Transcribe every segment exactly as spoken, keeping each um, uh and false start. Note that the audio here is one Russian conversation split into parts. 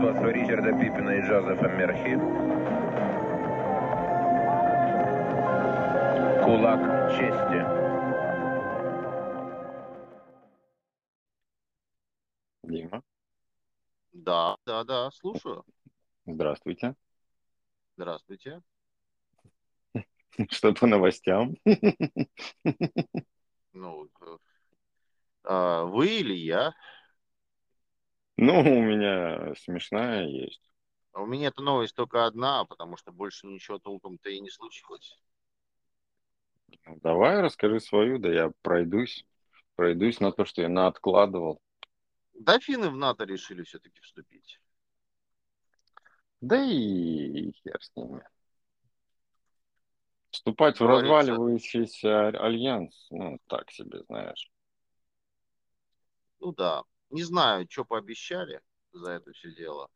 превосходство Ричарда Пиппина и Джозефа Мерфи. Кулак чести. Дима, Да, да, да, слушаю. здравствуйте. Здравствуйте. Что по новостям? Ну, э, а, вы или я? Ну, у меня смешная есть. А У меня эта новость только одна, потому что больше ничего толком-то и не случилось. Давай расскажи свою, да я пройдусь. Пройдусь на то, что я наоткладывал. Да, финны в НАТО решили все-таки вступить. Да и хер с ними. Вступать в Говорится, разваливающийся альянс, ну, так себе, знаешь. ну да, не знаю, что пообещали за это все дело.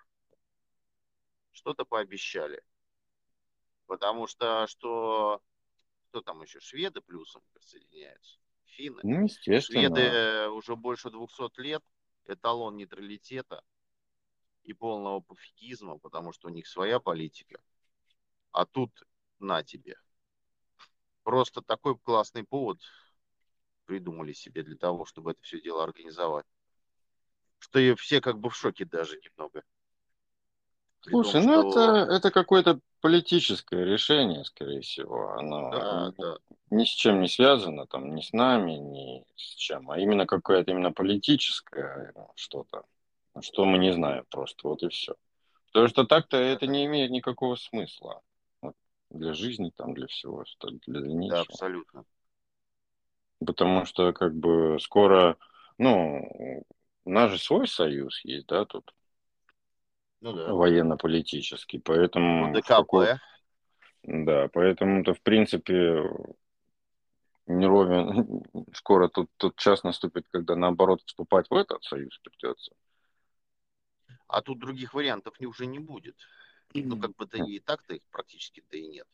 Что-то пообещали. Потому что, что, кто там еще, шведы плюсом присоединяются, финны. Ну, естественно. Шведы уже больше двухсот лет, эталон нейтралитета и полного пофигизма, потому что у них своя политика. А тут на тебе. Просто такой классный повод придумали себе для того, чтобы это все дело организовать. Что и все как бы в шоке даже немного. При том, Слушай, ну это, что это какое-то политическое решение, скорее всего. Оно да, ни, да, ни с чем не связано, там, ни с нами, ни с чем, а именно какое-то именно политическое что-то, что мы не знаем просто, вот и все. Потому что так-то это это, не имеет никакого смысла. Вот, для жизни, там, для всего, что для да, дальнейшего. абсолютно. Потому что, как бы, скоро, ну, у нас же свой союз есть, да, тут, Ну да. военно-политический, поэтому в какой... ОДКБ. Да, поэтому-то, в принципе, не ровен, скоро тут, тут час наступит, когда, наоборот, вступать в этот союз придется. А тут других вариантов уже не будет. Ну, как бы да и так-то их практически-то и нет.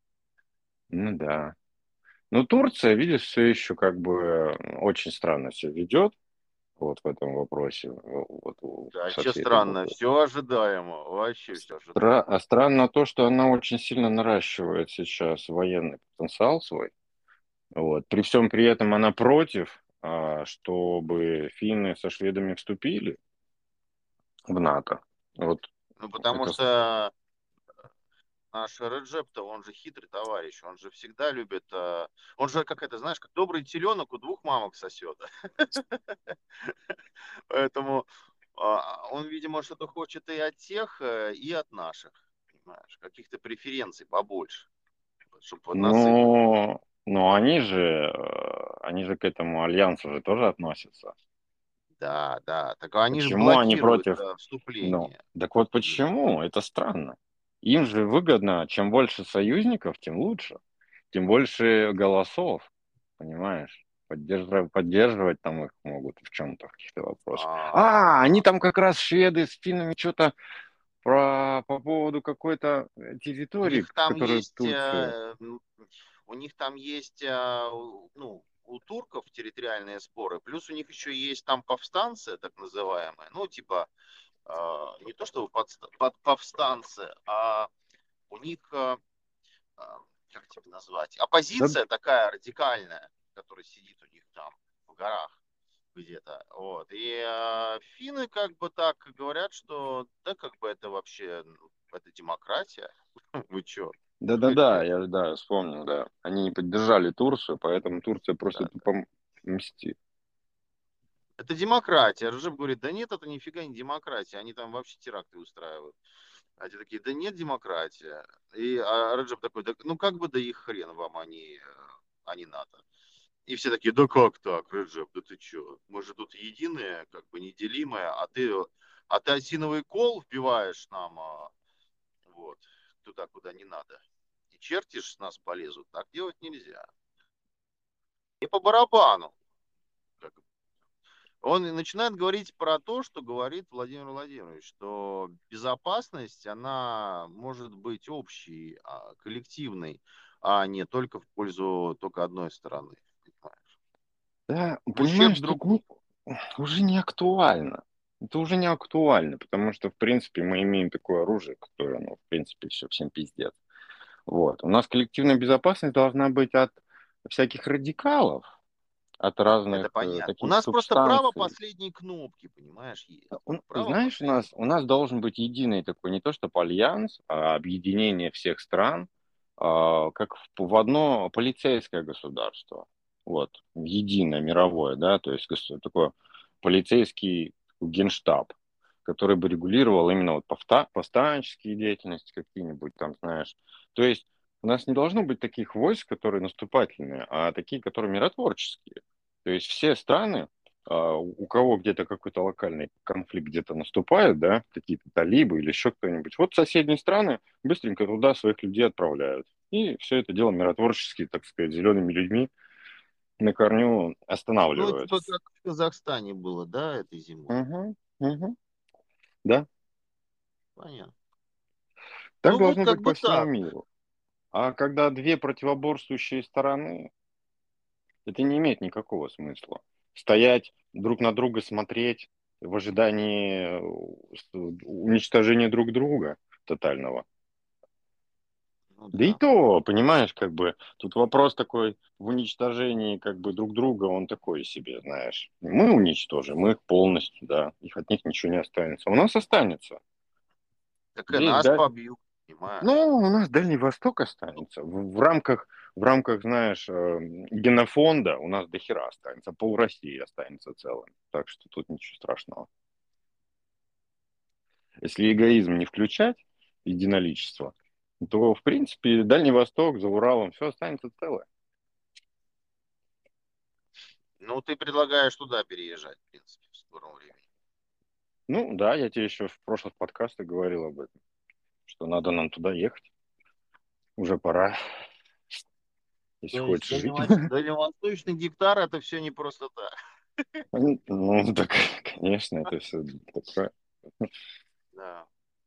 Ну да. Ну, Турция, видишь, все еще как бы очень странно все ведет вот в этом вопросе, вот, вот Да, со что всей этой странно, буквой. все ожидаемо, вообще все Стра- ожидаемо. А странно то, что она очень сильно наращивает сейчас военный потенциал свой. Вот. При всем при этом она против, а, чтобы финны со шведами вступили в НАТО. Вот Ну, потому это... что наш Реджеп-то, он же хитрый товарищ, он же всегда любит, э, он же, как это, знаешь, как добрый теленок у двух мамок сосет. Поэтому а, он, видимо, что-то хочет и от тех, э, и от наших, понимаешь, каких-то преференций побольше, чтобы поднасыпать. Но, но они же, э, они же к этому альянсу же тоже относятся. Да, да, так они же Почему они блокируют против? э, Ну, вступление. так вот Ну, почему? Это странно. Им же выгодно, чем больше союзников, тем лучше. Тем больше голосов, понимаешь? Поддерживать, поддерживать там их могут в чем-то, в каких-то вопросах. А, они а, там как раз шведы с финнами что-то про, по поводу какой-то э, У территории, них там которую есть, Турция... э, м, у них там есть, э, у- ну, у турков территориальные споры, плюс у них еще есть там повстанцы, так называемые, ну, типа, э, не то что подста- под- повстанцы, а у них, э, э, как тебе назвать, Да, оппозиция такая радикальная, которая сидит у них там в горах где-то, вот, и э, финны как бы так говорят, что, да, как бы это вообще, ну, это демократия, вы чё? да-да-да, я да, вспомнил, да. Они не поддержали Турцию, поэтому Турция просто Да. тупо мстит. Это демократия. Ржев говорит, да нет, это нифига не демократия. Они там вообще теракты устраивают. А те такие, да нет, демократия. И а Раджаб такой, да, ну как бы да их хрен вам, они, они НАТО. И все такие, да как так, Раджаб, да ты че? Мы же тут единые, как бы неделимые, а ты, а ты осиновый кол вбиваешь нам а, вот, туда, куда не надо. И чертишь с нас полезут. Так делать нельзя. И по барабану. Как Он и начинает говорить про то, что говорит Владимир Владимирович, что безопасность, она может быть общей, а, коллективной, а не только в пользу только одной стороны. Понимаешь? Да, В ущерб понимаешь, тут другой. не- уже не актуально. это уже не актуально, потому что, в принципе, мы имеем такое оружие, которое, ну, в принципе, все, всем пиздец. Вот. У нас коллективная безопасность должна быть от всяких радикалов, от Это разных э, понятно. У таких нас просто право субстанций. последней кнопки, понимаешь, есть. У- Право знаешь, у последней нас, кнопки. у нас должен быть единый такой, не то чтобы альянс, а объединение всех стран, а, как в, в одно полицейское государство. Вот, в единое мировое, да, то есть гос- такой полицейский генштаб, который бы регулировал именно вот повста- повстанческие деятельности какие-нибудь там, знаешь. То есть у нас не должно быть таких войск, которые наступательные, а такие, которые миротворческие. То есть все страны, а, у кого где-то какой-то локальный конфликт где-то наступает, да, какие-то талибы или еще кто-нибудь, вот соседние страны быстренько туда своих людей отправляют. И все это дело миротворчески, так сказать, зелеными людьми на корню Ну, останавливают. типа как в Казахстане было, да, этой зимой. Угу, угу, да, Понятно. так Ну, вот должно быть как по бы всему так. миру. А когда две противоборствующие стороны, это не имеет никакого смысла. Стоять друг на друга, смотреть в ожидании э, с- уничтожения друг друга тотального. Ну Да и да. то, понимаешь, как бы тут вопрос такой в уничтожении как бы друг друга, он такой себе, знаешь. Мы уничтожим мы их полностью, да, их от них ничего не останется. У нас останется. Так и Здесь, нас да, побьют, ну, понимаешь? у нас Дальний Восток останется. В, в рамках, в рамках, знаешь, э, генофонда у нас до хера останется. Пол России останется целым. Так что тут ничего страшного. Если эгоизм не включать, единоличество, то, в принципе, Дальний Восток, за Уралом, все останется целое. Ну, ты предлагаешь туда переезжать, в принципе, в скором времени. Ну, да, я тебе еще в прошлых подкастах говорил об этом, что надо нам туда ехать. Уже пора, если То есть хочешь жить. дальневос- дальневосточный гектар это все не просто так. Ну, так, конечно, это все такое. Да.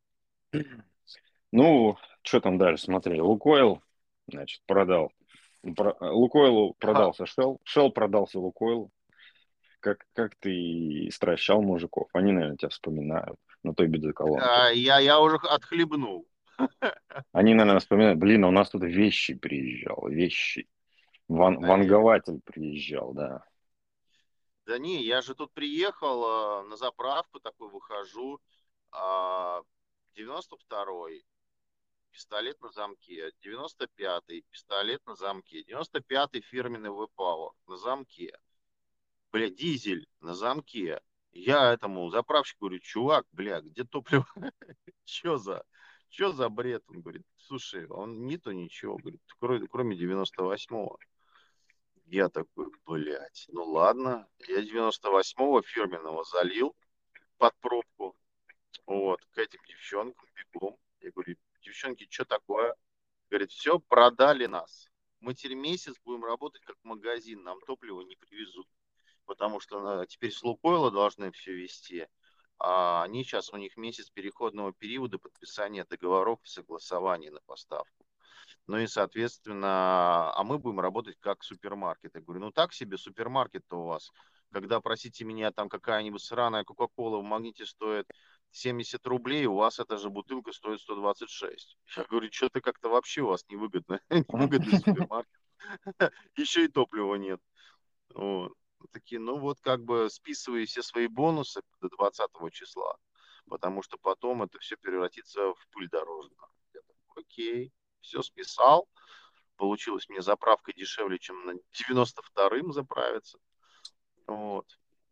Ну, что там дальше, смотри, Лукойл, значит, продал. Про- Лукойлу Ха. продался Shell, Shell продался Лукойлу. Как, как ты стращал мужиков? Они, наверное, тебя вспоминают на той бензоколонке. А, я, я уже отхлебнул. Они, наверное, вспоминают, блин, а у нас тут вещи приезжал, вещи. Ван, Конечно. вангователь приезжал, да. Да не, я же тут приехал а, на заправку, такой выхожу. а, девяносто второй пистолет на замке, девяносто пятый пистолет на замке, девяносто пятый фирменный V-Power на замке. Бля, дизель на замке. Я этому заправщику говорю, чувак, бля, где топливо? Че за, че за бред? Он говорит, слушай, он нету ничего, говорит, кроме, кроме девяносто восьмого. Я такой, блядь, ну ладно. Я девяносто восьмого фирменного залил под пробку. Вот, к этим девчонкам бегом. Я говорю, девчонки, что такое? Говорит, все, продали нас. Мы теперь месяц будем работать как магазин, нам топливо не привезут. Потому что э, теперь с Лукойла должны все вести. А они сейчас, у них месяц переходного периода подписания договоров и согласования на поставку. Ну и, соответственно, а мы будем работать как супермаркет. Я говорю, ну так себе супермаркет-то у вас. Когда, простите меня, там какая-нибудь сраная Кока-Кола в магните стоит семьдесят рублей, у вас эта же бутылка стоит сто двадцать шесть. Я говорю, что-то как-то вообще у вас невыгодно. Невыгодный супермаркет. Еще и топлива нет. Вот. Такие, ну вот как бы списываю все свои бонусы до двадцатого числа, потому что потом это все превратится в пыль дорожную. Я такой, окей, все списал. Получилось мне заправка дешевле, чем на девяносто втором заправиться. Вот.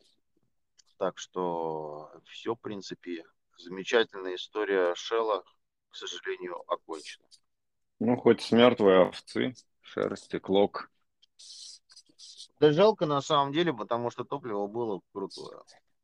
Так что все, в принципе, замечательная история Шелла, к сожалению, окончена. Ну, хоть с мертвой овцы, шерсти, клок. Да жалко на самом деле, потому что топливо было крутое.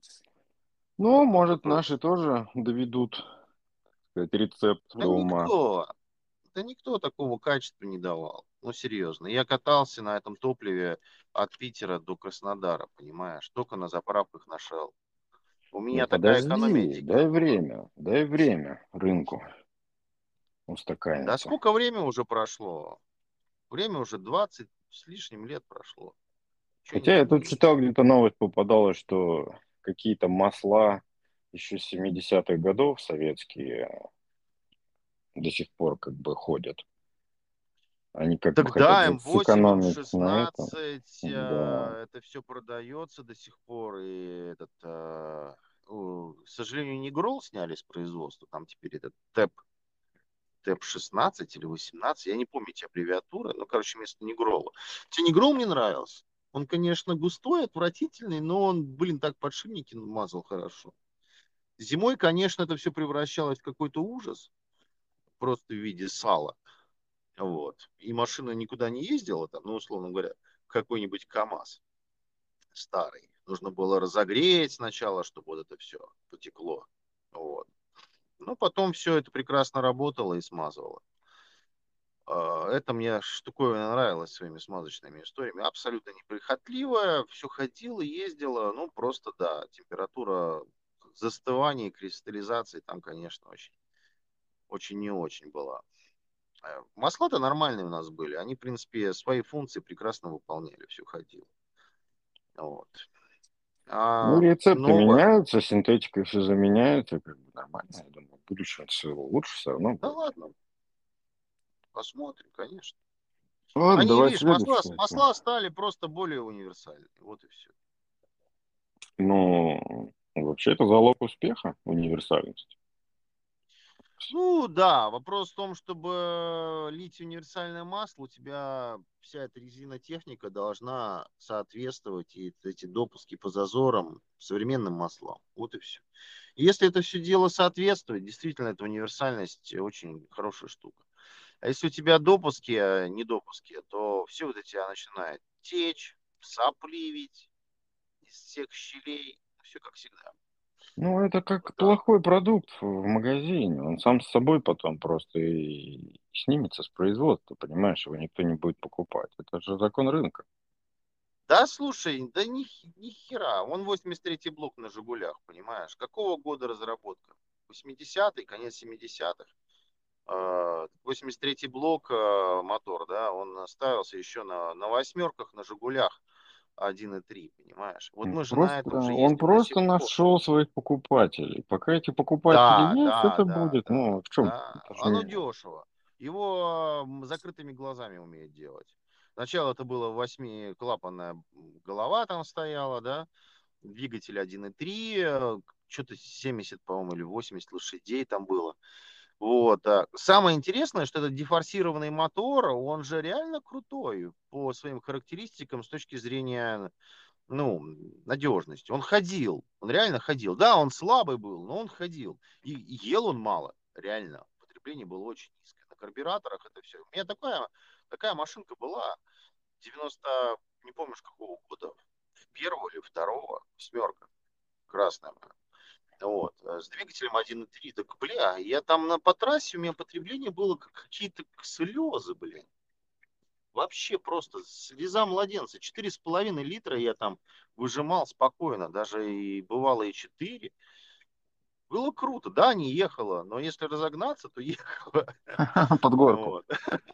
Ну, может, Крутое. наши тоже доведут, так сказать, рецепт Да до ума. никто. Да никто такого качества не давал. Ну, серьезно. Я катался на этом топливе от Питера до Краснодара, понимаешь? Только на заправках нашел. У Не, меня такая экономия подожди, дикая дай была. время, дай время рынку Да устаканиться. сколько времени уже прошло? Время уже двадцать с лишним лет прошло. Ничего не Хотя я тут изменилось. читал, где-то новость попадала, что какие-то масла еще с семидесятых годов советские до сих пор как бы ходят. Они как бы хотят Тогда за- М восемь, сэкономить на этом. М шестнадцать, Да. э, это все продается до сих пор. И этот, э, у, к сожалению, не Грол сняли с производства. Там теперь этот ТЭП, ТЭП шестнадцать или восемнадцать. Я не помню эти аббревиатуры. Ну, короче, вместо Негрола. Тебе Негрол мне нравился. Он, конечно, густой, отвратительный, но он, блин, так подшипники мазал хорошо. Зимой, конечно, это все превращалось в какой-то ужас. Просто в виде сала. Вот. И машина никуда не ездила, там, ну, условно говоря, какой-нибудь КАМАЗ старый. Нужно было разогреть сначала, чтобы вот это все потекло. Вот. Но потом все это прекрасно работало и смазывало. А, Это мне штуковина нравилась своими смазочными историями. Абсолютно неприхотливая, все ходило, ездило. Ну, просто, да, температура застывания, кристаллизации там, конечно, очень, очень не очень была. Э, Масла-то нормальные у нас были. Они, в принципе, свои функции прекрасно выполняли. Все ходило. Вот. Ну, А рецепты новое... меняются, синтетикой все заменяется, как бы нормально. Я думаю, в будущем все лучше все равно Да будет. ладно, посмотрим, конечно. Ладно, Они, давай видишь, масла, следующее. масла стали просто более универсальными. Вот и все. Ну, вообще это залог успеха, универсальность. Ну да, вопрос в том, чтобы лить универсальное масло, у тебя вся эта резинотехника должна соответствовать и эти допуски по зазорам современным маслам. Вот и все. Если это все дело соответствует, действительно, эта универсальность очень хорошая штука. А если у тебя допуски, а не допуски, то все вот у тебя начинает течь, сопливить из всех щелей, все как всегда. Ну, это Вот как так. плохой продукт в в магазине. Он сам с собой потом просто и снимется с производства, понимаешь, его никто не будет покупать. Это же закон рынка. Да, слушай, да ни, хи- ни хера. Вон восемьдесят третий блок на Жигулях, понимаешь? Какого года разработка? восьмидесятый, конец семидесятых. Э, восемьдесят третий блок, э, мотор, да, он ставился еще на, на восьмерках на Жигулях один и три, понимаешь? Вот Ну, мы же на просто этом же он ездим до сих просто пор. нашел своих покупателей. Пока эти покупатели Да, есть, да, это да, будет, да, ну, в чем? да. Это же Оно не... дешево. Его м, закрытыми глазами умеет делать. Сначала это было восьмиклапанная голова там стояла, да, двигатель один и три, что-то семьдесят, по-моему, или восемьдесят лошадей там было. Вот. а Самое интересное, что этот дефорсированный мотор, он же реально крутой по своим характеристикам с точки зрения, ну, надежности. Он ходил, он реально ходил. Да, он слабый был, но он ходил. И, и ел он мало, реально. Потребление было очень низкое. На карбюраторах это все. У меня такая, такая машинка была девяносто, не помню, с какого года, первого или второго, восьмерка, красная. Вот, э, с двигателем один и три. Так, бля, я там на, по трассе, у меня потребление было как какие-то слезы, блин. Вообще просто слеза младенца. Четыре с половиной литра я там выжимал спокойно, даже и бывало и четыре. Было круто, да, не ехала, но если разогнаться, то ехала. Под горку. Вот.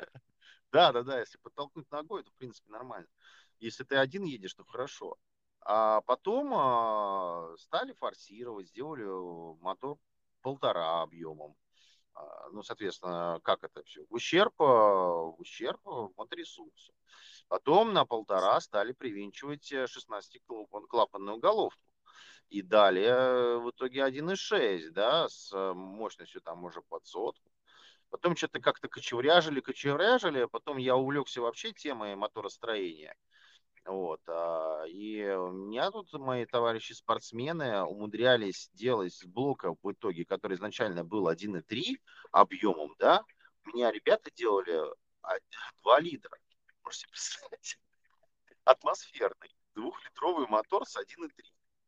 Да, да, да, если подтолкнуть ногой, то в принципе нормально. Если ты один едешь, то хорошо. А потом а, стали форсировать, сделали мотор полтора объемом. А, Ну, соответственно, как это все? В ущерб, а, в ущерб моторесурсу. Потом на полтора стали привинчивать э, шестнадцатиклапанную головку. И далее э, в итоге один и шесть, да, с э, мощностью там уже под сотку. Потом что-то как-то кочевряжили, кочевряжили, а потом я увлекся вообще темой моторостроения. Вот. а, И у меня тут мои товарищи-спортсмены умудрялись делать с блока в итоге, который изначально был один и три объемом, да, у меня ребята делали а, два литра. Можете представить? Атмосферный двухлитровый мотор с один и три.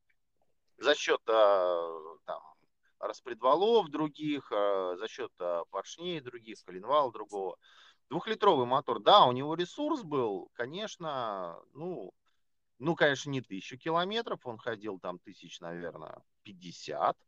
За счет а, там, распредвалов других, а, за счет а, поршней других, коленвала другого. Двухлитровый мотор, да, у него ресурс был, конечно, ну, ну, конечно, не тысячу километров, он ходил там тысяч, наверное, пятьдесят,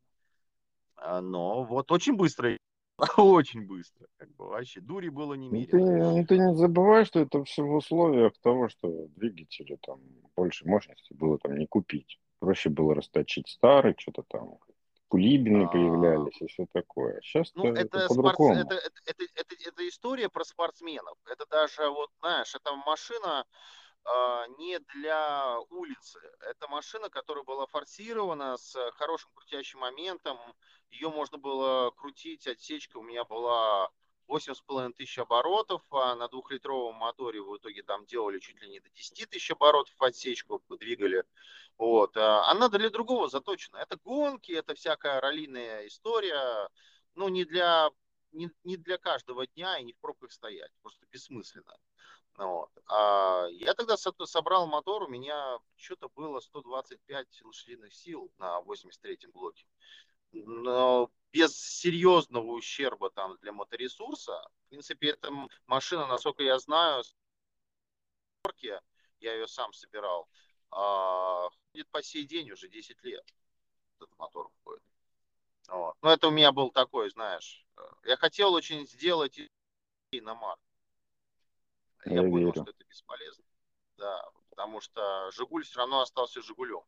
а, но вот очень быстро, очень быстро, как бы вообще, дури было Ну, ты, немерено. ну, ты не забывай, что это все в условиях того, что двигатели там больше мощности было там не купить. Проще было расточить старый, что-то там. кулибины А, появлялись и все такое. Сейчас-то Ну, это это, спортс... по-другому. это, это, это, это, это история про спортсменов. Это даже, вот, знаешь, это машина а, не для улицы. Это машина, которая была форсирована с хорошим крутящим моментом. Ее можно было крутить, отсечка у меня была восемь с половиной тысяч оборотов, а на двухлитровом моторе в итоге там делали чуть ли не до десяти тысяч оборотов отсечку, двигали. Вот. а Она для другого заточена. Это гонки, это всякая раллийная история. Ну, не для, не, не для каждого дня и не в пробках стоять. Просто бессмысленно. Ну вот. А я тогда со- собрал мотор, у меня что-то было сто двадцать пять лошадиных сил на восемьдесят третьем блоке. Но без серьезного ущерба там для моторесурса. В принципе, эта м- машина, насколько я знаю, с сборки, я ее сам собирал, а, ходит по сей день уже десять лет. Этот мотор ходит. Вот. Но это у меня был такой, знаешь, э, я хотел очень сделать иномарку. Я Я понял, верю. что это бесполезно. Да, потому что Жигуль все равно остался Жигулем.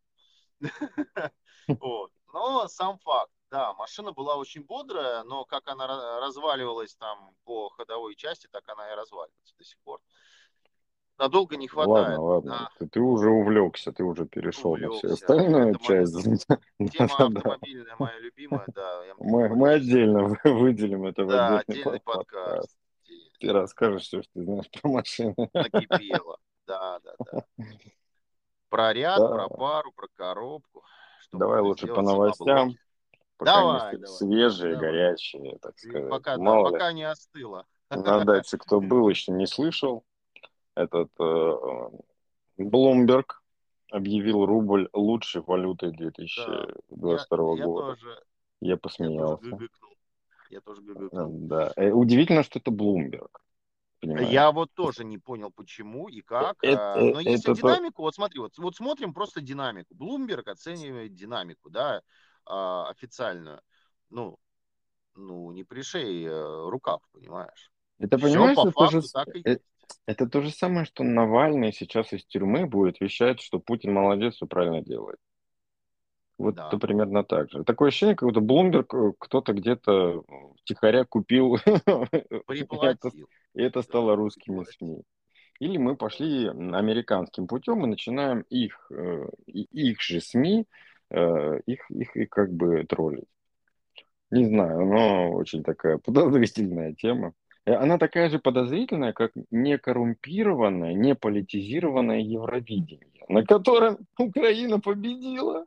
Вот. Но сам факт, да, машина была очень бодрая, но как она ra- разваливалась там по ходовой части, так она и разваливается до сих пор. Надолго не Ладно, хватает. ладно. А, Ты, ты вот, уже увлекся, ты уже перешел на всю увлекся. остальную Это моя часть. зам- тема Да-да-да. автомобильная, моя любимая, да, я могу Мы, мы говорить часами. отдельно выделим это в Да, отдельный отдельный под- подкаст. подкаст. И Ты расскажешь все, что ты знаешь про машины. накипело. Да, да, да. Про ряд, Да, про пару, про коробку, что давай можно лучше по сделать за новостям, баблоки. пока они Давай, све- давай, свежие, давай. горячие, так И сказать. пока, да, Мало ли, пока не остыло. на даче кто был, еще не слышал. Этот э, Bloomberg объявил рубль лучшей валютой Да, я, две тысячи двадцать второго я года. тоже, Я я тоже посмеялся. гыгыкнул. Я тоже Э, гыгыкнул. Да. Э, Удивительно, что это Bloomberg, Я понимаешь? вот тоже не понял, почему и Э, как. а, Это, Но если это то... динамику, вот смотри, вот, вот смотрим просто динамику. Bloomberg оценивает динамику, да, а, официальную. Ну, ну, не пришей э, рукав, понимаешь? Это, Все понимаешь, по это, то же, факту с- так и э, есть. это то же самое, что Навальный сейчас из тюрьмы будет вещать, что Путин молодец, все правильно делает. Вот это Да, примерно так же. Такое ощущение, как будто Блумберг э, кто-то где-то э, втихаря купил, и это, приплатил. и это Да, стало русскими приплатил. СМИ. Или мы Да. пошли американским путем и начинаем их, э, и- их же СМИ, э, их, их, их как бы троллить. Не знаю, но очень такая подозрительная тема. Э, Она такая же подозрительная, как некоррумпированное, не политизированное Евровидение, на котором Украина победила.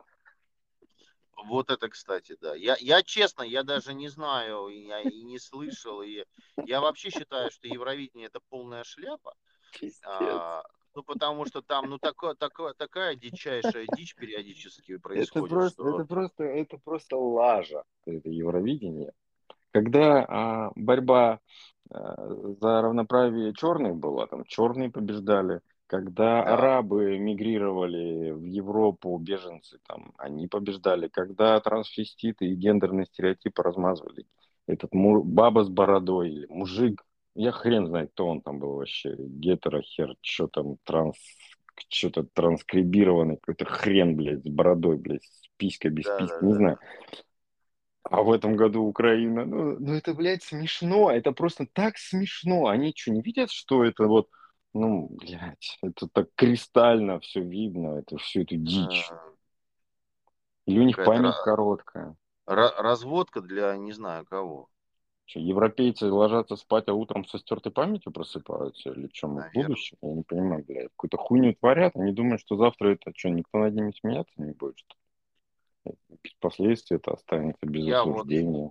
Вот это, кстати, да. Я, я честно, я даже не знаю, и я и не слышал. И я вообще считаю, что Евровидение это полная шляпа. Пиздец. А, ну, потому что там, ну, такое, такое, такая дичайшая дичь периодически Это происходит, просто, это что просто, это просто лажа, это Евровидение. Когда а, борьба а, за равноправие черных была, там черные побеждали. Когда да, арабы мигрировали в Европу, беженцы, там, они побеждали. Когда трансвеститы и гендерные стереотипы размазывали. Этот му- баба с бородой или мужик, я хрен знает, кто он там был вообще, гетеро, хер, что там, транс, что-то транскрибированный, какой-то хрен, блядь, с бородой, блядь, с писькой, без да, письки, да, не да, знаю. да. А в этом году Украина, ну, ну это, блядь, смешно, это просто так смешно. Они что, не видят, что это вот, ну, блядь, это так кристально все видно, это всю эту дичь. А, Или у них какая-то память ра- короткая. ра- разводка для не знаю кого, Что, европейцы ложатся спать, а утром со стертой памятью просыпаются? Или что, мы в наверное. будущем? Я не понимаю, блядь. Какую-то хуйню творят, они думают, что завтра это что, никто над ними смеяться не будет, что ли? Без последствий это останется без Я вот, осуждения.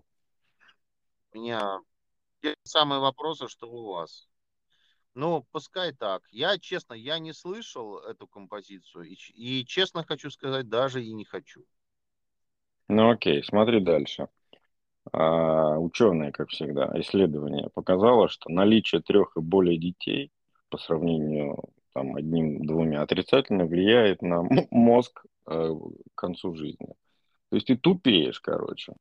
у меня те же самые вопросы, что у вас. Ну, пускай так. Я, честно, я не слышал эту композицию. И, ч- и честно хочу сказать, даже и не хочу. Ну окей, смотри дальше. А, ученые, как всегда, исследование показало, что наличие трех и более детей по сравнению там, одним-двумя отрицательно влияет на м- мозг э, к концу жизни. То есть ты тупеешь, короче.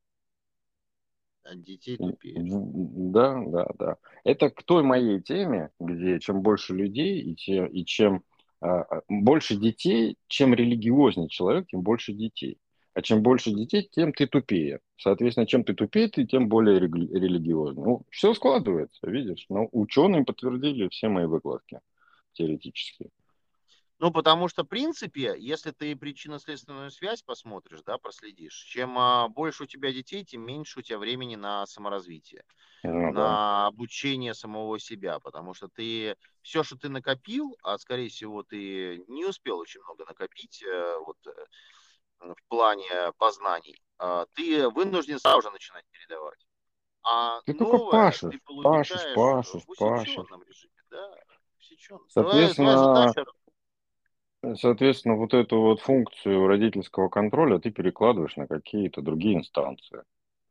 От детей И- тупеешь. в- Да, да, да. Это к той моей теме, где чем больше людей и, те, и чем а, а, больше детей, чем религиознее человек, тем больше детей. А чем больше детей, тем ты тупее. Соответственно, чем ты тупее, ты тем более рели- религиозный. Ну, все складывается, видишь. Ну, ученые подтвердили все мои выкладки теоретически. Ну, потому что, в принципе, если ты причинно-следственную связь посмотришь, да, проследишь, чем а, больше у тебя детей, тем меньше у тебя времени на саморазвитие, Ну да. на обучение самого себя, потому что ты все, что ты накопил, а скорее всего ты не успел очень много накопить э, вот, э, в плане познаний, а, ты вынужден сразу же начинать передавать. А Ты только новое ты пашешь, пашешь, получаешь пашешь, в пашешь. усеченном режиме, да, усеченном. Твоя, твоя Соответственно, задача, соответственно, вот эту вот функцию родительского контроля ты перекладываешь на какие-то другие инстанции.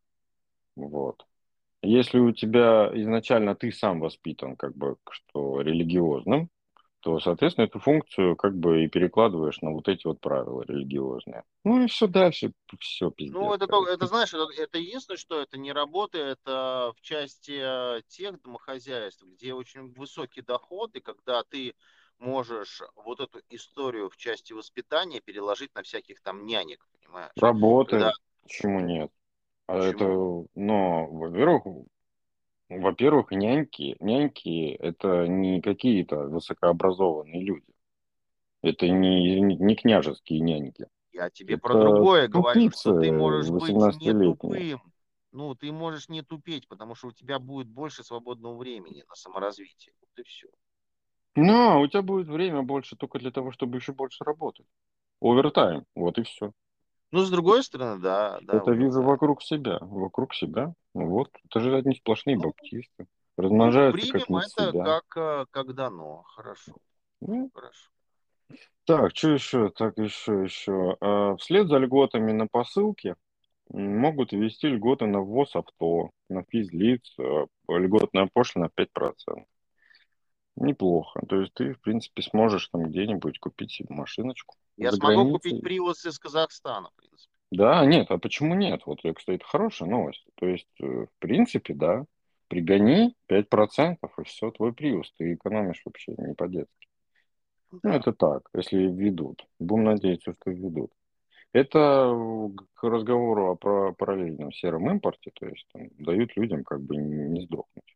Вот. Если у тебя изначально ты сам воспитан как бы что религиозным, то, соответственно, эту функцию как бы и перекладываешь на вот эти вот правила религиозные. Ну и все дальше, все ну, пиздец, это, только- короче. это знаешь, это, это единственное, что это не работает это в части э, тех домохозяйств, где очень высокий доход, и когда ты можешь вот эту историю в части воспитания переложить на всяких там нянек, понимаешь? Когда, Работает, почему нет? А это, почему? но, во-первых, во-первых, няньки, няньки это не какие-то высокообразованные люди. Это не, не, не княжеские няньки. Я тебе про Это другое говорю, тупицы что ты можешь быть не восемнадцатилетние. тупым. Ну, ты можешь не тупеть, потому что у тебя будет больше свободного времени на саморазвитие. Вот и все. Но у тебя будет время больше только для того, чтобы еще больше работать. Овертайм, вот и все. Ну, с другой стороны, да, да, Это вижу овертайм. вокруг себя. Вокруг себя. Ну вот. Это же одни сплошные Ну, баптисты. ну, Размножаются как примем не в это себя. как, э, как дано. Хорошо, Ну, хорошо. так, что еще? Так, еще, еще. А, вслед за льготами на посылки м, могут ввести льготы на ввоз авто, на физлиц, э, льготная пошлина пять процентов. Неплохо. То есть ты, в принципе, сможешь там где-нибудь купить себе машиночку Я за смогу купить границей. привоз из Казахстана, в принципе. Да, нет, а почему нет? Вот, э, кстати, хорошая новость. То есть, э, в принципе, да, пригони пять процентов и все, твой приус. Ты экономишь вообще не по-детски. Ну, Да. это так, если введут. Будем надеяться, что введут. Это э, к разговору о про- параллельном сером импорте, то есть там, дают людям как бы не не сдохнуть.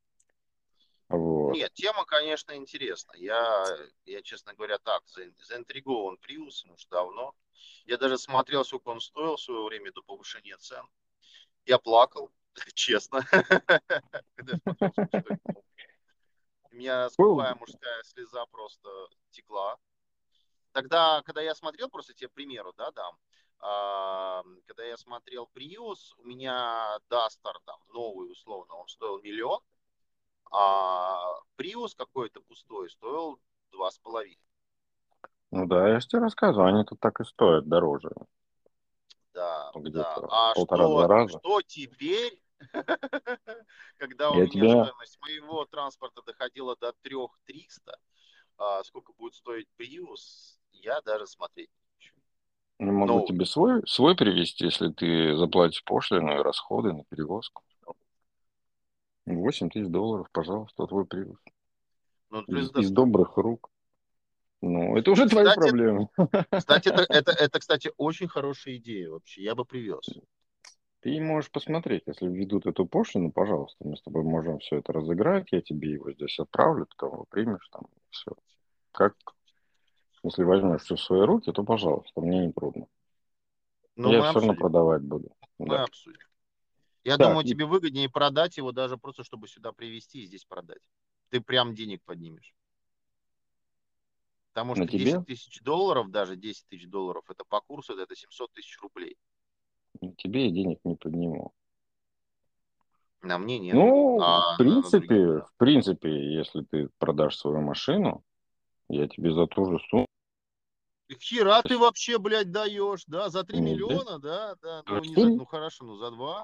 Вот. Нет, тема, конечно, интересна. Я, я, честно говоря, так, за- заинтригован Приусом уж давно. Я даже смотрел, сколько он стоил в свое время до повышения цен. Я плакал, честно, когда я смотрел, сколько стоит. У меня Был- скупая мужская слеза просто текла. Тогда, когда я смотрел, просто тебе примеру, да, дам, а, когда я смотрел Prius, у меня Duster там новый, условно, он стоил миллион, а Prius какой-то пустой стоил два с половиной. Ну да, я же тебе рассказываю, они тут так и стоят дороже. Да, да. Где-то А полтора-два что, раза. что теперь, когда у Я меня тебе стоимость моего транспорта доходила до трёх триста, а сколько будет стоить Prius, я даже смотреть не хочу. не могу Новый. тебе свой, свой привезти, если ты заплатишь пошлину и расходы на перевозку. Восемь тысяч долларов, пожалуйста, твой привоз. Ну, Из, из предоставь. добрых рук. Ну, это уже твои Кстати, проблемы. кстати, это, это, это, кстати, очень хорошая идея вообще. Я бы привез. Ты можешь посмотреть, если введут эту пошлину, пожалуйста, мы с тобой можем все это разыграть, я тебе его здесь отправлю, ты его примешь там, все. Как, если возьмешь все в свои руки, то, пожалуйста, мне не трудно. Но Я мы все равно обсудим. продавать буду. Мы Да. обсудим. Я Так, думаю, и тебе выгоднее продать его даже просто, чтобы сюда привезти и здесь продать. Ты прям денег поднимешь. Потому на что десять тебе, тысяч долларов, даже десять тысяч долларов, это по курсу, это семьсот тысяч рублей. на тебе я денег не подниму. На мне нет. Ну, в А на, на других, принципе, да. в принципе, если ты продашь свою машину, я тебе за ту же сумму Хера ты вообще, блядь, даешь, да? За три не даю. миллиона, да? Да. Ну, не за, Окей. ну хорошо, ну за два.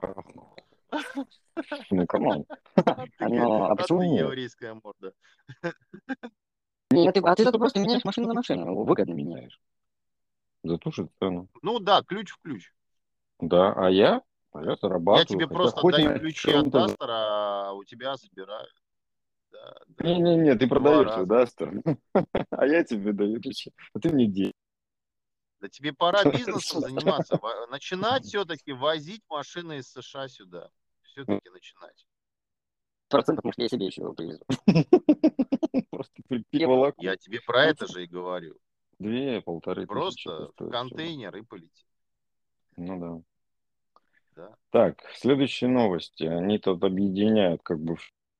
Ну, камон. А ты, ге- Ну, а а ты почему нет? еврейская морда. Нет, ты, а ты зато просто меняешь машину на машину, выгодно меняешь. За ту же цену. Ну да, ключ в ключ. Да, а я, а я Я зарабатываю, тебе хотя просто хоть даю на ключи от чем-то... Дастера, а у тебя забирают. Да, да. Не-не-не, ты Два продаешь свой раза. Дастер, а я тебе даю ключи, а ты мне деньги. Да тебе пора бизнесом заниматься, во- начинать все-таки возить машины из США сюда. Все-таки начинать. Процентов, может, я себе еще привезу. Просто при- переволоку. Я тебе про Ну, это же и говорю. две, полторы тысячи это Просто в стоит всего. контейнер и полетит. Ну да. Да. Так, следующие новости. Они тут объединяют как бы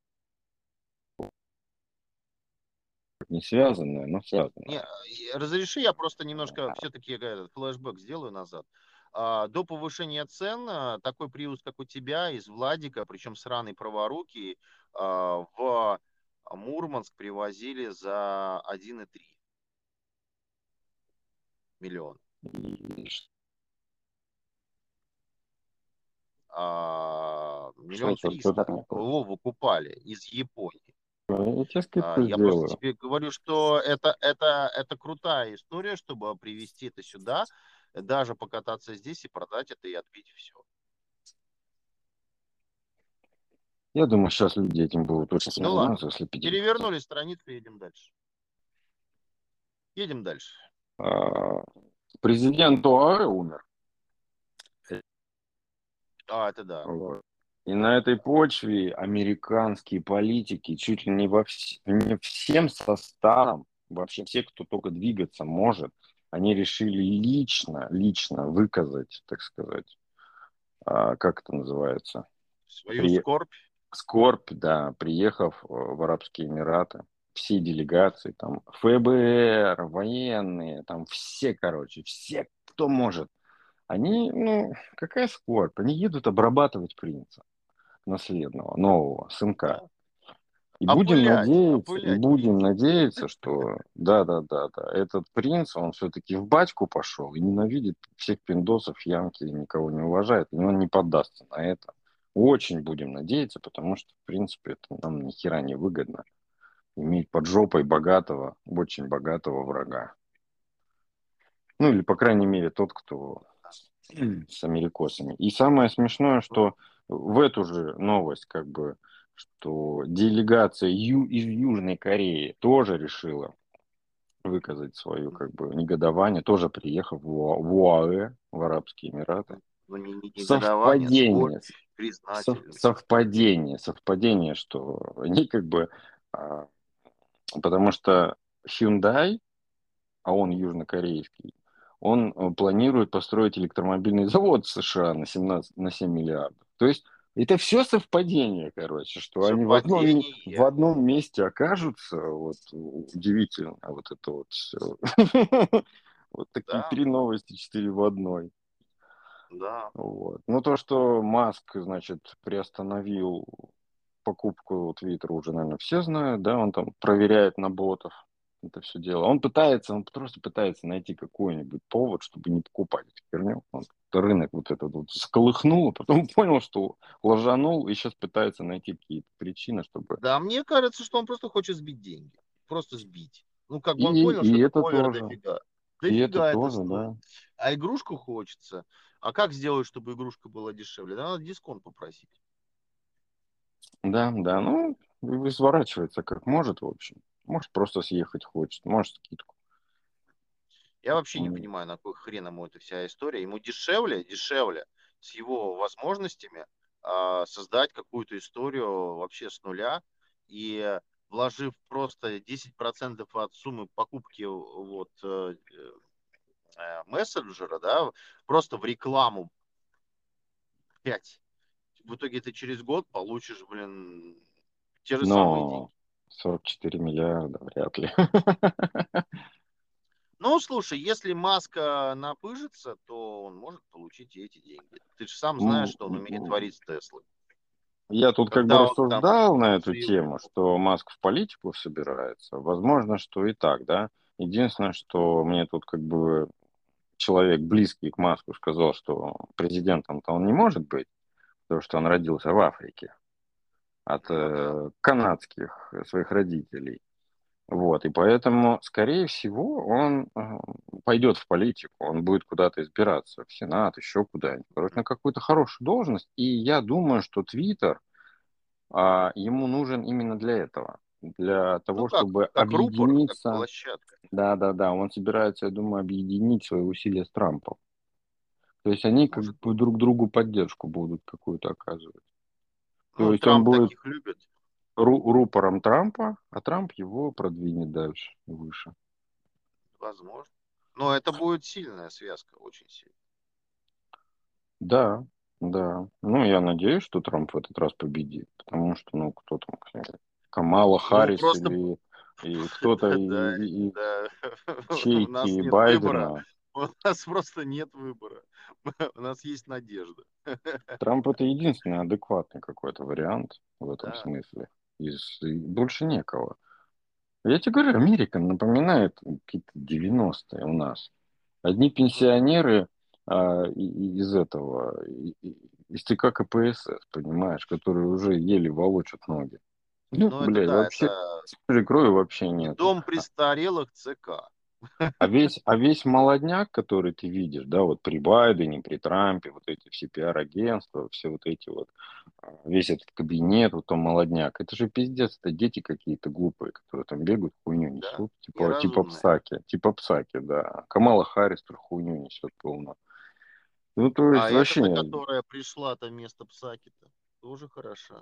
не связанные, но Не, связанные. и разреши, я просто немножко все-таки этот флешбэк сделаю назад. А, до повышения цен а, такой Prius, как у тебя, из Владика, причем сраный праворукий, а, в Мурманск привозили за один и три миллиона. И А, что, миллион что, что триста. так не хочешь? Его выкупали из Японии. Я тебе А, скидку я просто сделаю. тебе говорю, что это, это, это крутая история, чтобы привезти это сюда, даже покататься здесь и продать это и отбить все. Я думаю, сейчас люди этим будут очень сильно Ну ладно, заниматься, если пятерить. перевернули страницу, едем дальше. Едем дальше. А, Президент ОАЭ умер. А, это да. Вот. И на этой почве американские политики чуть ли не во вс- не всем составом, вообще все, кто только двигаться может, они решили лично, лично выказать, так сказать, а, как это называется, Свою при, скорбь. скорбь, да, приехав э, в Арабские Эмираты, все делегации, там, ФБР, военные, там, все, короче, все, кто может, они, ну, какая скорбь, они едут обрабатывать принца наследного, нового, сынка. Да. И будем Опылять, надеяться, и опылять будем принца. надеяться, что да, да, да, да, этот принц, он все-таки в батьку пошел и ненавидит всех пиндосов, янки, никого не уважает, и он не поддастся на это. Очень будем надеяться, потому что, в принципе, это нам ни хера не выгодно. Иметь под жопой богатого, очень богатого врага. Ну, или, по крайней мере, тот, кто с америкосами. И самое смешное, что в эту же новость, как бы, что делегация Ю из Южной Кореи тоже решила выказать свое, как бы, негодование, тоже приехав в Уа- в ОАЭ, в Арабские Эмираты. Ну, не, не негодование, скорбь, Совпадение, сов- признательность. совпадение, совпадение, что они как бы, а, потому что Hyundai, а он южнокорейский, он э, планирует построить электромобильный завод в США на семнадцать, на семь миллиардов. То есть это все совпадение, короче, что они в одном, ме- в Совпадение. одном месте окажутся. Вот удивительно, вот это вот все. Вот такие Да, три новости, четыре в одной. да. Вот. Ну, то, что Маск, значит, приостановил покупку Твиттера, уже, наверное, все знают, да, он там проверяет на ботов это все дело. Он пытается, он просто пытается найти какой-нибудь повод, чтобы не покупать эту херню. Он рынок вот этот вот сколыхнул, а потом понял, что ложанул, и сейчас пытается найти какие-то причины, чтобы... Да, мне кажется, что он просто хочет сбить деньги. Просто сбить. Ну, как бы он И, понял, что и это это овер тоже, дофига. и это Дофига это тоже, стоит. да. А игрушку хочется. А как сделать, чтобы игрушка была дешевле? Да, надо дисконт попросить. Да, да, ну, и изворачивается как может, в общем. Может, просто съехать хочет, может, скидку. Я вообще не М. понимаю, на кой хрен ему эта вся история. Ему дешевле, дешевле с его возможностями а, создать какую-то историю вообще с нуля и вложив просто десять процентов от суммы покупки вот э, э, мессенджера, да, просто в рекламу пять. В итоге ты через год получишь, блин, те же самые деньги. Но сорок четыре миллиарда вряд ли. Ну, слушай, если Маска напыжится, то он может получить и эти деньги. Ты же сам знаешь, М, что он умеет м, творить с Теслой. Я тут как бы Когда он там рассуждал на эту заявлял, тему, что Маск в политику собирается. Возможно, что и так, да. Единственное, что мне тут как бы человек близкий к Маску сказал, что президентом-то он не может быть, потому что он родился в Африке от ну да, э, канадских своих родителей. Вот, и поэтому, скорее всего, он э, пойдет в политику, он будет куда-то избираться, в Сенат, еще куда-нибудь, короче, на какую-то хорошую должность. И я думаю, что Твиттер а, ему нужен именно для этого. для Ну того, как, чтобы как рупор, как объединиться. площадка. Да-да-да, он собирается, я думаю, объединить свои усилия с Трампом. То есть они как Может бы быть. друг другу поддержку будут какую-то оказывать. То Ну, есть он Трамп будет таких любит. ру- рупором Трампа, а Трамп его продвинет дальше, выше. Возможно. Но это будет сильная связка, очень сильная. Да, да. Ну, я надеюсь, что Трамп в этот раз победит, потому что, ну, кто там, кстати, Камала Ну, Харрис просто, или и кто-то и- да, и- из да, у нас чейки нет выбора. Байдена. У нас просто нет выбора. У нас есть надежда. Трамп это единственный адекватный какой-то вариант в этом Да, смысле. Из, и больше некого. Я тебе говорю, Америка напоминает какие-то девяностые у нас. Одни ну да. пенсионеры а, и- и из этого, и- и- из ТК КПСС, понимаешь, которые уже еле волочат ноги. Ну, Ну это блядь, да, вообще, это свежей крови вообще нету. дом престарелых ЦК. А весь, а весь молодняк, который ты видишь, да, вот при Байдене, при Трампе, вот эти все пиар-агентства, все вот эти вот, а, весь этот кабинет, вот он молодняк, это же пиздец, это дети какие-то глупые, которые там бегают, хуйню Да, несут, типа, типа неразумные. Псаки, типа Псаки, да. Камала Харрис тоже хуйню несет полно. Ну, то есть, А эта-то, вообще, которая пришла-то вместо Псаки-то, тоже хороша.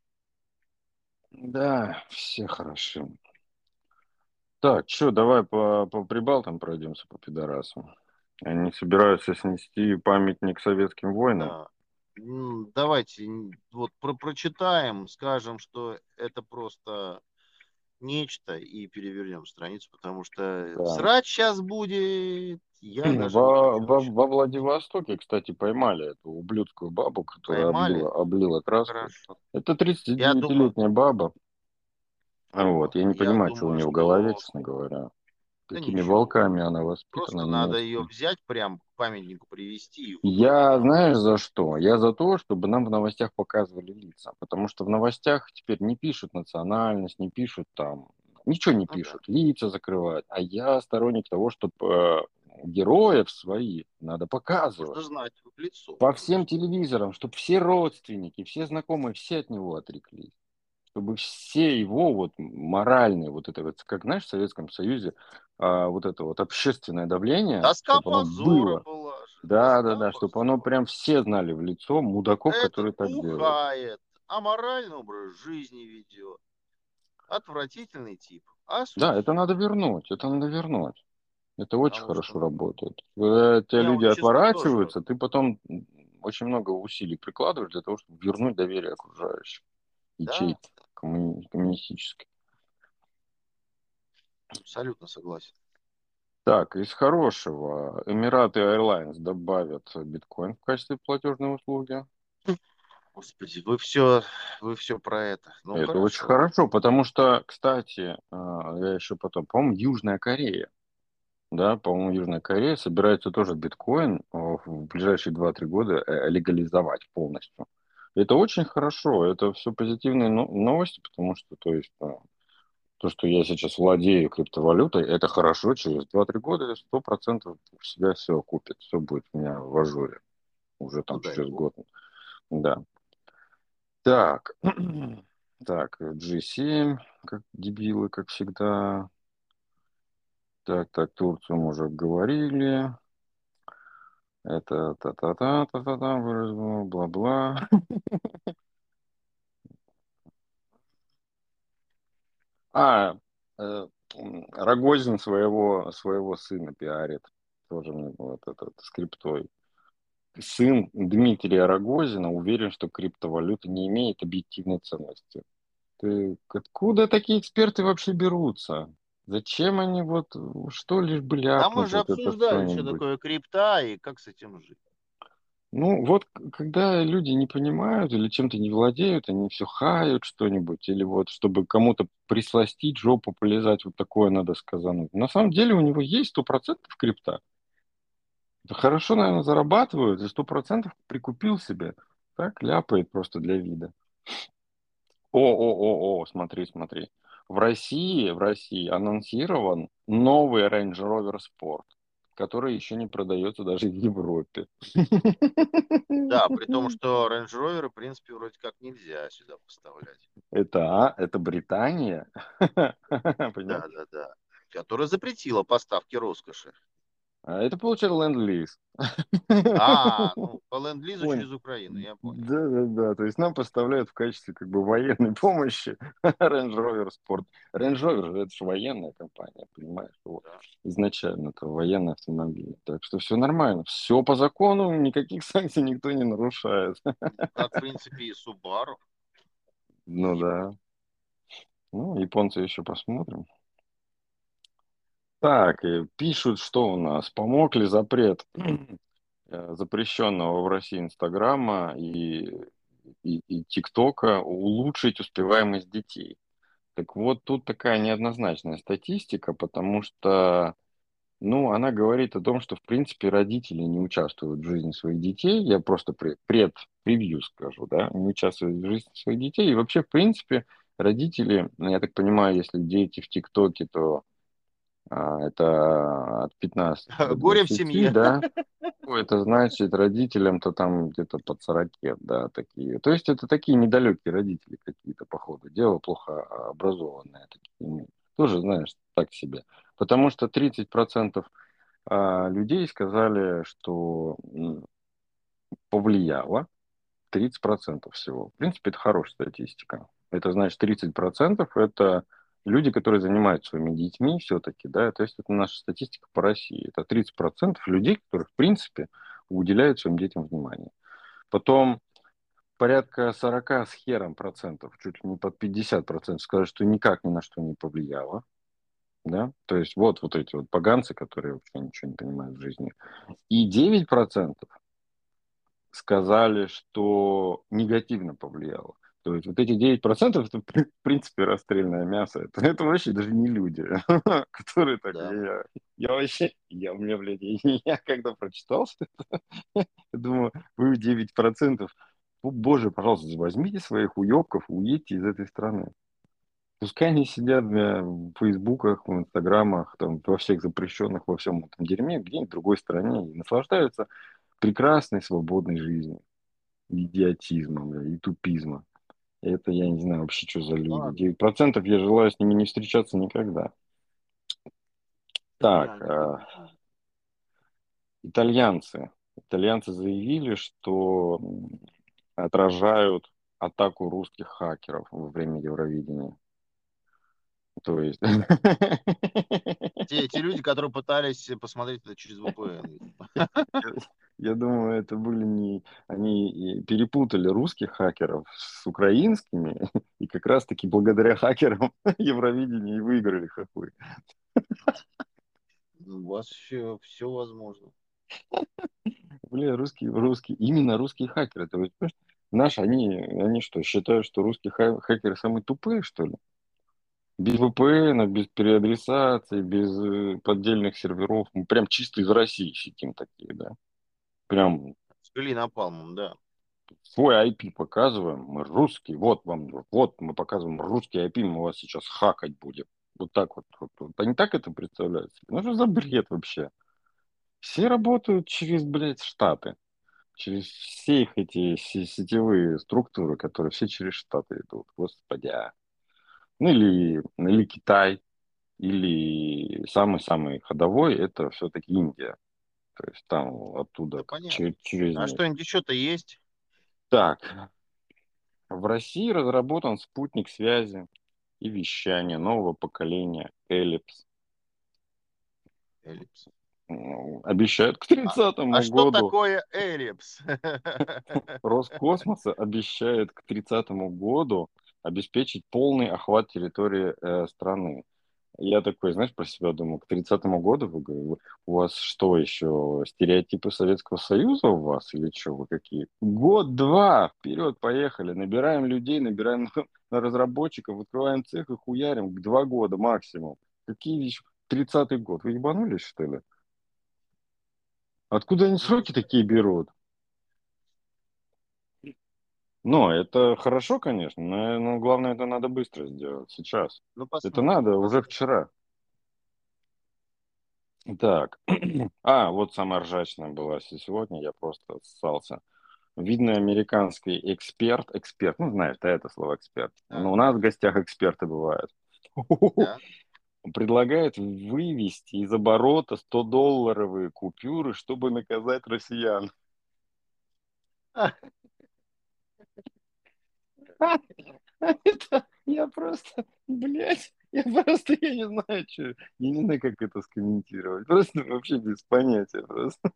да, все хороши. Так, что, давай по, по Прибалтам пройдемся, по пидорасам. Они собираются снести памятник советским воинам. Да. М, Давайте м, вот про прочитаем, скажем, что это просто нечто и перевернем страницу, потому что Да. срач сейчас будет, я даже не Во, хочу во, начинать. во Владивостоке, кстати, поймали эту ублюдскую бабу, которая Поймали? облила, облила краской. Хорошо. Это Я думаю, тридцать девятилетняя баба. А Вот, о, я не я понимаю, что у думаю, нее в голове, что честно говоря. да Какими ничего. волками она воспитана Просто надо ее немецкими. взять, прям к памятнику привести и выбросить Я, на знаешь, улицу. за что? Я за то, чтобы нам в новостях показывали лица. Потому что в новостях теперь не пишут национальность, не пишут там, ничего не Ну да. пишут, лица закрывают. А я сторонник того, чтобы героев своих надо Нужно показывать. знать в лицо, По всем конечно. телевизорам, чтобы все родственники, все знакомые, все от него отреклись. Чтобы все его вот моральные, вот это вот, как знаешь, в Советском Союзе, а, вот это вот общественное давление, Тоска чтобы оно позора было. была же. Да, да, Тоска да, чтобы оно позора. прям все знали в лицо мудаков, Этот которые так делают. бухает, аморальный образ жизни ведет. Отвратительный тип. Да, это Осудить. надо вернуть, это надо вернуть. Это очень Потому что, хорошо ну, работает. Когда те мне люди он, честно, тоже... отворачиваются, ты потом м, очень много усилий прикладываешь для того, чтобы вернуть доверие окружающим Да, ячейки коммуни- коммунистической. абсолютно согласен. Так, из хорошего. Эмираты Airlines добавят биткоин в качестве платежной услуги. Господи, вы все, вы все про это. Ну, Это очень хорошо. хорошо, потому что, кстати, а, я еще потом, по-моему, Южная Корея, да, по-моему, Южная Корея собирается тоже биткоин а, в ближайшие два-три года э, легализовать полностью. Это очень хорошо, это все позитивные но- новости, потому что, то есть, а, то, что я сейчас владею криптовалютой, это хорошо, через два-три года сто процентов в себя все купит, все будет у меня в ажуре уже Ну, там дай через бог. год. Да. Так, так, джи семь, как дебилы, как всегда. Так, так, Турцию мы уже говорили. Это та-та-та, та-та-та, выразил, бла-бла. А, э, м, Рогозин своего, своего сына пиарит. Тоже мне вот этот скриптой. Сын Дмитрия Рогозина уверен, что криптовалюта не имеет объективной ценности. Ты, откуда такие эксперты вообще берутся? Зачем они вот, что лишь бы Да мы ляпнуть же вот это обсуждали, что что-нибудь? такое крипта и как с этим жить. Ну, вот к- когда люди не понимают или чем-то не владеют, они все хают что-нибудь, или вот чтобы кому-то присластить, жопу полезать, вот такое надо сказануть. На самом деле у него есть сто процентов крипта. Хорошо, наверное, зарабатывают, и сто процентов прикупил себе. Так, ляпает просто для вида. О, о, о, о, смотри, смотри. В России, в России анонсирован новый Range Rover Sport. которая еще не продается даже в Европе. Да, при том, что Range Rover, в принципе, вроде как нельзя сюда поставлять. Это, а, это Британия, понимаешь? Да, да, да. Которая запретила поставки роскоши. А это получается ленд-лиз. А, ну, по ленд-лизу Понял. через Украину, я понял. Да, да, да. То есть нам поставляют в качестве как бы военной помощи Range Rover Sport. Range Rover же это же военная компания, понимаешь? Вот. Да. Изначально это военный автомобиль. Так что все нормально. Все по закону, никаких санкций никто не нарушает. Ну, как, в принципе, и Subaru. Ну Японцы. да. Ну, японцы еще посмотрим. Так, и пишут, что у нас? Помог ли запрет э, запрещенного в России Инстаграма и, и, и ТикТока улучшить успеваемость детей? Так вот, тут такая неоднозначная статистика, потому что, ну, она говорит о том, что, в принципе, родители не участвуют в жизни своих детей. Я просто пред, пред превью скажу, да, не участвуют в жизни своих детей. И вообще, в принципе, родители, ну, я так понимаю, если дети в ТикТоке, то а, это от пятнадцати до Горе в двадцати, семье. да. Ну, это значит родителям, то там где-то под сорок, да, такие. То есть это такие недалекие родители какие-то, по ходу дела, плохо образованные такие. Тоже, знаешь, так себе. Потому что тридцать процентов а, людей сказали, что м, повлияло, тридцать процентов всего. В принципе, это хорошая статистика. Это значит тридцать процентов это люди, которые занимаются своими детьми все-таки, да, то есть это наша статистика по России. Это тридцать процентов людей, которые, в принципе, уделяют своим детям внимание. Потом порядка сорок с хером процентов, чуть ли не под пятьдесят процентов сказали, что никак ни на что не повлияло. Да? То есть вот, вот эти вот поганцы, которые вообще ничего не понимают в жизни. И девять процентов сказали, что негативно повлияло. То есть вот эти девять процентов это, в принципе, расстрельное мясо. Это, это вообще даже не люди, которые так... Да. Я, я вообще... Я, у меня, блядь, я, я когда прочитал, что это, я думаю, вы девять процентов. Ну, боже, пожалуйста, возьмите своих уебков, уедьте из этой страны. Пускай они сидят бля, в фейсбуках, в инстаграмах, там, во всех запрещенных, во всем этом дерьме, где-нибудь в другой стране и наслаждаются прекрасной свободной жизнью идиотизма, бля, и тупизма. Это я не знаю вообще, что за люди. Ладно. девять процентов я желаю с ними не встречаться никогда. Так, Я не э, буду. итальянцы. Итальянцы заявили, что м, отражают атаку русских хакеров во время Евровидения. То есть... Те, те люди, которые пытались посмотреть это через ви пи эн. Я думаю, это были не... Они и перепутали русских хакеров с украинскими, и как раз-таки благодаря хакерам Евровидение и выиграли хохлы. У вас все, все возможно. Бля, русские, русские, именно русские хакеры. Ты вот понимаешь, наши, они, они что, считают, что русские ха- хакеры самые тупые, что ли? Без ви пи эн, без переадресации, без э, поддельных серверов. Мы прям чисто из России сидим такие, да. Прям С напалмом, да. свой ай пи показываем, мы русские, вот вам, вот мы показываем русский ай пи, мы вас сейчас хакать будем. Вот так вот, вот, вот. Они так это представляют себе? Ну что за бред вообще? Все работают через, блядь, Штаты, через все их эти се- сетевые структуры, которые все через Штаты идут. Господи, а. Ну или, или Китай, или самый-самый ходовой, это все-таки Индия. То есть там Это оттуда как понятно. через, через А них. что-нибудь еще-то есть? Так, в России разработан спутник связи и вещания нового поколения Эллипс. Эллипс. Ну, обещают к А, а тридцатому что году, такое эллипс? Роскосмоса обещает к тридцатому году обеспечить полный охват территории э, страны. Я такой, знаешь, про себя думаю, к тридцатому году вы, говорю, у вас что еще, стереотипы Советского Союза у вас или что вы какие? Год-два, вперед, поехали, набираем людей, набираем на разработчиков, открываем цех и хуярим к два года максимум. Какие еще? Тридцатый год, вы ебанулись, что ли? Откуда они Ну, сроки такие берут? Ну, это хорошо, конечно, но, но главное, это надо быстро сделать, сейчас. ну Это посмотрим, надо уже посмотрим. вчера. Так, а, вот самая ржачная была сегодня, я просто ссался. Видный американский эксперт, эксперт, ну, знаешь, да, это слово эксперт. Да, Но у нас в гостях эксперты бывают. да. Предлагает вывести из оборота сто-долларовые купюры, чтобы наказать россиян. Это я просто, блядь, я просто, я не знаю, что, я не знаю, как это скомментировать. Просто вообще без понятия просто.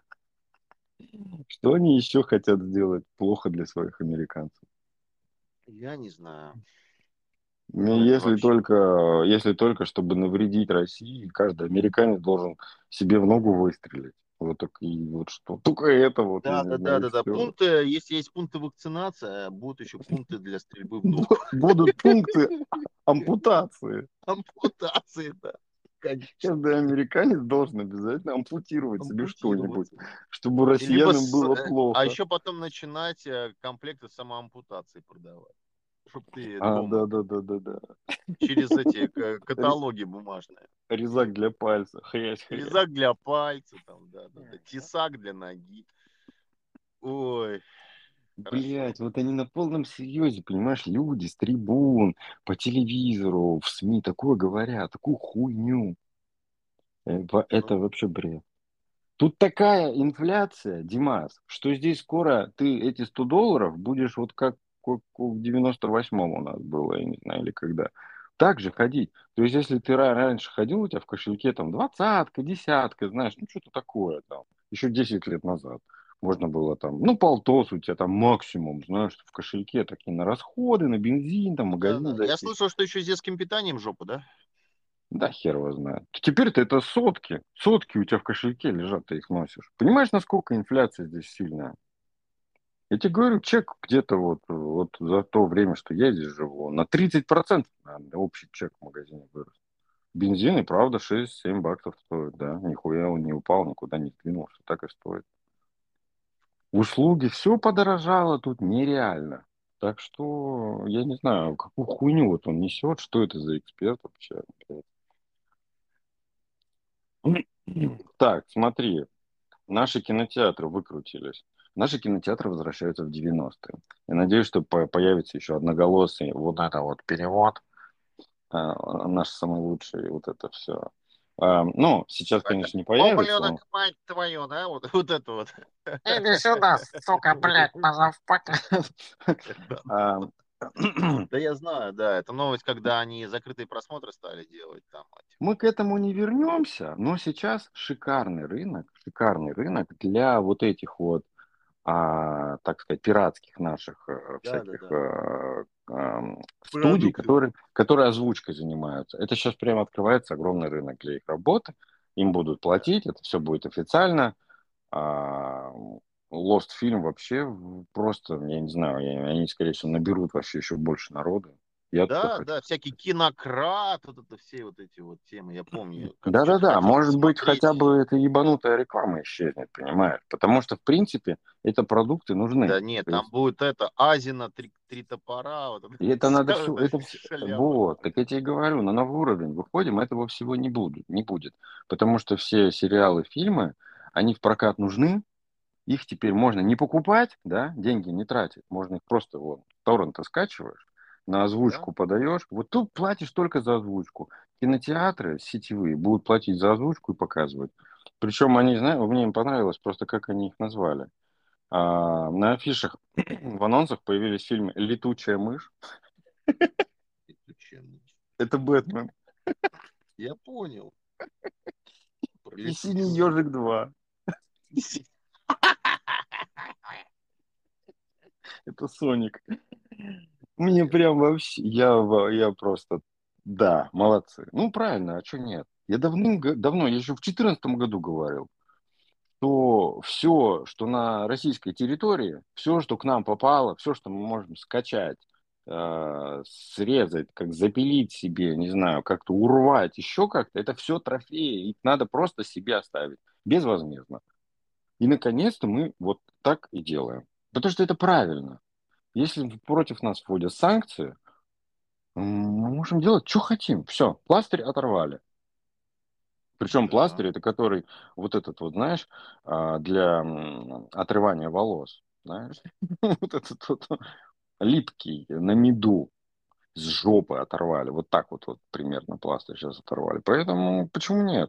Что они еще хотят сделать плохо для своих американцев? Я не знаю. Ну, Ну, это если вообще... только, если только, чтобы навредить России, каждый американец должен себе в ногу выстрелить. Вот так и вот что. Только это вот, я Да, не да, да, знаю, и да, да. все. Пункты, если есть пункты вакцинации, будут еще пункты для стрельбы в ногу. Будут пункты ампутации. Ампутации, да. Конечно. Каждый американец должен обязательно ампутировать себе что-нибудь, Ампутироваться. чтобы И либо россиянам с... было э, А плохо. еще потом начинать э, комплекты самоампутации продавать. Чтоб ты А, дома да, да, да, да, да. через эти к- Ре- каталоги бумажные. Резак для пальца. Хрясь, хрясь. Резак для пальца, там, да, да, да. Тесак для ноги. Ой, хорошо. Блять, вот они на полном серьезе, понимаешь, люди с трибун, по телевизору, в СМИ такое говорят, такую хуйню. Э, во- Это Ну, вообще бред. Тут такая инфляция, Димас, что здесь скоро ты эти сто долларов будешь вот как ко- ко- в девяносто восьмом у нас было, я не знаю, или когда. Так же ходить. То есть, если ты ра- раньше ходил, у тебя в кошельке там двадцатка, десятка, знаешь, ну что-то такое там, еще десять лет назад. Можно было там, ну, полтос у тебя там максимум, знаешь, в кошельке такие на расходы, на бензин, там, в да, магазин да. Я зайти. слышал, что еще с детским питанием жопа, да? Да хер его знает. Теперь-то это сотки. Сотки у тебя в кошельке лежат, ты их носишь. Понимаешь, насколько инфляция здесь сильная? Я тебе говорю, чек где-то вот, вот за то время, что я здесь живу, на тридцать процентов наверное, общий чек в магазине вырос. Бензин и правда шесть-семь баксов стоит, да. Нихуя он не упал, никуда не сдвинулся, так и стоит. Услуги, все подорожало тут нереально. Так что я не знаю, какую хуйню вот он несет, что это за эксперт вообще. Так, смотри, наши кинотеатры выкрутились. Наши кинотеатры возвращаются в девяностые. Я надеюсь, что по- появится еще одноголосый вот это вот перевод, а, наш самый лучший, вот это все. Ну, сейчас, Это конечно, не появится ублюдок, он. мать твою, да? Вот, вот это вот. Иди сюда, сука, блядь, мазафака. Да, А, да, я знаю, да. Это новость, когда они закрытые просмотры стали делать там. эти Мы вот. к этому не вернемся, но сейчас шикарный рынок, шикарный рынок для вот этих вот а, так сказать, пиратских наших э, Да, да, всяких да. э, эм, студий, Продукты. которые, которые озвучкой занимаются. Это сейчас прямо открывается огромный рынок для их работы. Им будут Да. платить, это все будет официально. А, Lost фильм вообще в- просто, я не знаю, я- они, скорее всего, наберут вообще еще больше народу. Я туда Да, хочу. да, всякий кинократ, вот это все вот эти вот темы. Я помню, как что-то Да-да-да, хотел может быть, хотя посмотреть. бы эта ебанутая реклама исчезнет, понимаешь? Потому что, в принципе, это продукты нужны. Да нет, То там есть будет это Азина, три, три топора, вот это и это надо вся все, эта это все, шляпа. вот, так я тебе и говорю, на новый уровень выходим, этого всего не будет, не будет. Потому что все сериалы, фильмы, они в прокат нужны, их теперь можно не покупать, да, деньги не тратить, можно их просто вот, торренты скачиваешь, на Да? озвучку подаешь, вот тут платишь только за озвучку. Кинотеатры сетевые будут платить за озвучку и показывать. Причем они, знаю, мне им понравилось просто, как они их назвали. А, на афишах, в анонсах появились фильмы «Летучая мышь». Летучая. Это Бэтмен. Я понял. Про И «Синий летучую ежик два». мышь. Это Соник. Мне прям вообще... Я, во- я просто... Да, молодцы. Ну, правильно, а что нет? Я давным, давно, я еще в четырнадцатом году говорил, что все, что на российской территории, все, что к нам попало, все, что мы можем скачать, э, срезать, как запилить себе, не знаю, как-то урвать, еще как-то, это все трофеи, их надо просто себе оставить, безвозмездно. И, наконец-то, мы вот так и делаем. Потому что это правильно. Если против нас вводят санкции, м, мы можем делать, что хотим. Все, пластырь оторвали. Причем Да. пластырь, это который вот этот вот, знаешь, а, для м, отрывания волос, знаешь, вот этот вот липкий на меду с жопы оторвали, вот так вот вот примерно пластырь сейчас оторвали. Поэтому почему нет?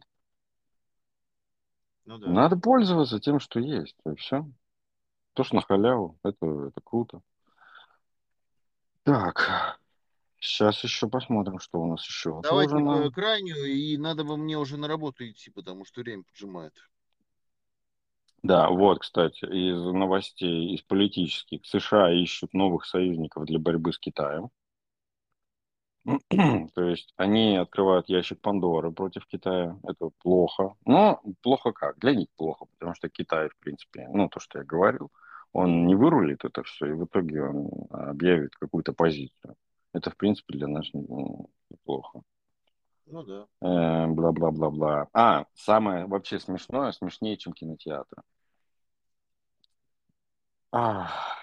Ну да. Надо пользоваться тем, что есть, и все. То, что на халяву, это, это круто. Так, сейчас еще посмотрим, что у нас еще Давайте к- отложено. крайнюю, и надо бы мне уже на работу идти, потому что время поджимает. Да, вот, кстати, из новостей, из политических, США ищут новых союзников для борьбы с Китаем. То есть они открывают ящик Пандоры против Китая. Это плохо. Но плохо как? Для них плохо, потому что Китай, в принципе, ну, то, что я говорил, он не вырулит это все, и в итоге он объявит какую-то позицию. Это, в принципе, для нас не- ну, неплохо. Ну да. Э, Бла-бла-бла-бла. А, самое вообще смешное, смешнее, чем кинотеатр. Ах.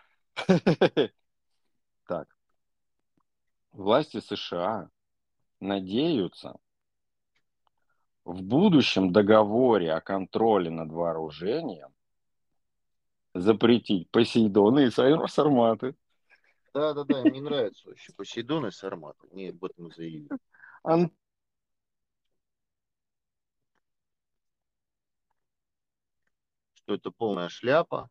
Так, власти США надеются в будущем договоре о контроле над вооружением запретить Посейдоны и Сайр- Сарматы. Да, да, да, им не нравится вообще Посейдон и Сармат. Они об этом заявили. Ан- Что это полная шляпа.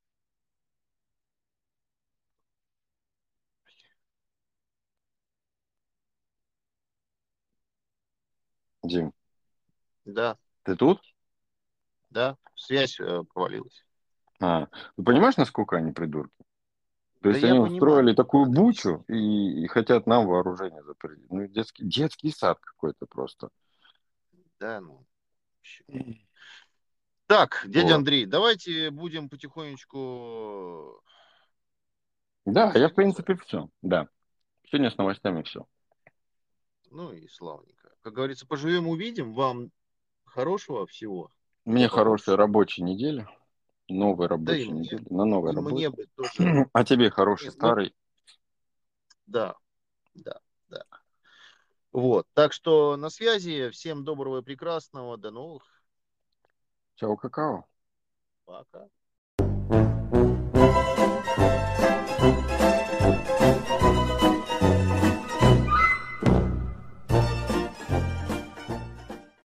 Дим, Да, ты тут? да, связь э, провалилась. А, ты понимаешь, насколько они придурки? То Да есть я они понимаю, устроили такую надо бучу объяснить. и, и хотят нам вооружение запретить. Ну, детский, детский сад какой-то просто. Да, ну. Вообще. Так, дядя Вот. Андрей, давайте будем потихонечку Да, я, в расходиться. принципе, все. Да. Сегодня с новостями все. Ну и славненько. Как говорится, поживем, увидим. Вам хорошего всего Мне хорошей побольше. рабочей недели. Новой Да и рабочей мне. недели. На новой И мне работе. бы тоже. А тебе хороший Не, ну, старый. да, да, да. Вот. Так что на связи. Всем доброго и прекрасного. До новых. Чао, какао. Пока.